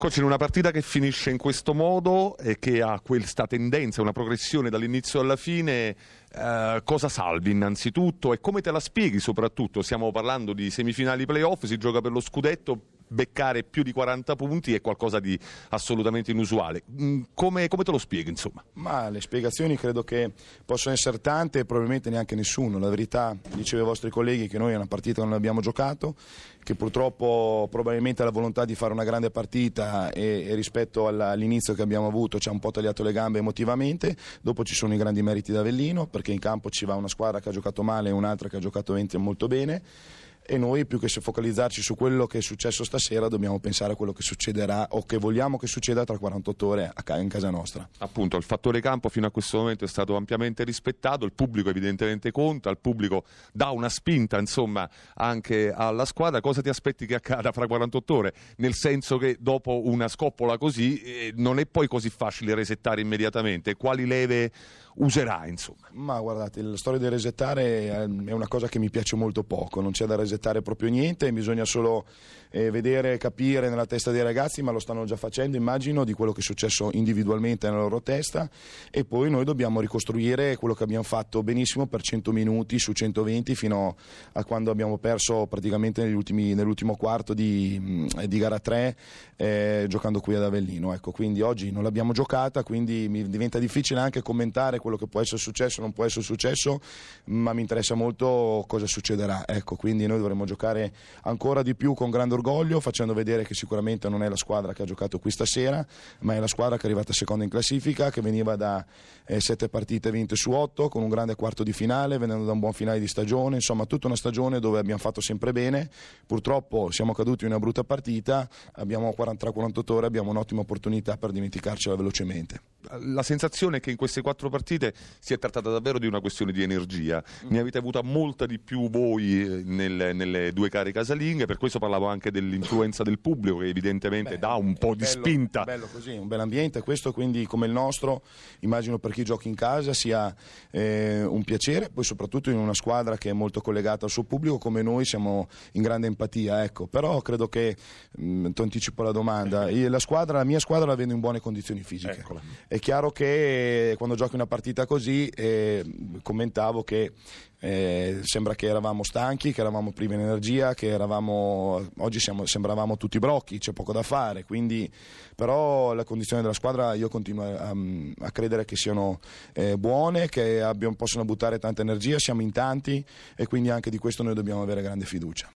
Coach, in una partita che finisce in questo modo e che ha questa tendenza, una progressione dall'inizio alla fine, cosa salvi innanzitutto e come te la spieghi soprattutto? Stiamo parlando di semifinali playoff, si gioca per lo scudetto, beccare più di 40 punti è qualcosa di assolutamente inusuale. Come te lo spieghi, insomma? Ma le spiegazioni credo che possano essere tante e probabilmente neanche nessuno. La verità, dicevo ai vostri colleghi che noi è una partita che non abbiamo giocato, che purtroppo probabilmente la volontà di fare una grande partita e rispetto all'inizio che abbiamo avuto ci ha un po' tagliato le gambe emotivamente. Dopo ci sono i grandi meriti d'Avellino, perché in campo ci va una squadra che ha giocato male e un'altra che ha giocato molto bene. E noi, più che focalizzarci su quello che è successo stasera, dobbiamo pensare a quello che succederà o che vogliamo che succeda tra 48 ore in casa nostra. Appunto, il fattore campo fino a questo momento è stato ampiamente rispettato, il pubblico evidentemente conta, il pubblico dà una spinta insomma anche alla squadra. Cosa ti aspetti che accada fra 48 ore? Nel senso che dopo una scoppola così non è poi così facile resettare immediatamente. Quali leve userai, insomma? Ma guardate, la storia di resettare è una cosa che mi piace molto poco, non c'è da resettare proprio niente, bisogna solo vedere e capire nella testa dei ragazzi, ma lo stanno già facendo, immagino, di quello che è successo individualmente nella loro testa, e poi noi dobbiamo ricostruire quello che abbiamo fatto benissimo per 100 minuti su 120 fino a quando abbiamo perso praticamente nell'ultimo quarto di gara 3 giocando qui ad Avellino. Ecco, quindi oggi non l'abbiamo giocata, quindi mi diventa difficile anche commentare quello che può essere successo o non può essere successo, ma mi interessa molto cosa succederà. Ecco, quindi noi dovremo giocare ancora di più con grande orgoglio, facendo vedere che sicuramente non è la squadra che ha giocato qui stasera, ma è la squadra che è arrivata seconda in classifica, che veniva da 7 partite vinte su 8, con un grande quarto di finale, venendo da un buon finale di stagione, insomma tutta una stagione dove abbiamo fatto sempre bene. Purtroppo siamo caduti in una brutta partita, abbiamo 48 ore, abbiamo un'ottima opportunità per dimenticarcela velocemente. La sensazione è che in queste 4 partite si è trattata davvero di una questione di energia. Ne avete avuta molta di più voi nelle 2 gare casalinghe, per questo parlavo anche dell'influenza del pubblico che evidentemente dà un po' di spinta. Bello così, un bel ambiente questo, quindi come il nostro, immagino per chi giochi in casa sia un piacere, poi soprattutto in una squadra che è molto collegata al suo pubblico come noi siamo in grande empatia, ecco. Però credo che, ti anticipo la domanda, la mia squadra la vedo in buone condizioni fisiche. Eccola. È chiaro che quando giochi una partita così commentavo che sembra che eravamo stanchi, che eravamo privi di energia, che oggi sembravamo tutti brocchi, c'è poco da fare, quindi però la condizione della squadra io continuo a credere che siano buone, che possono buttare tanta energia, siamo in tanti e quindi anche di questo noi dobbiamo avere grande fiducia.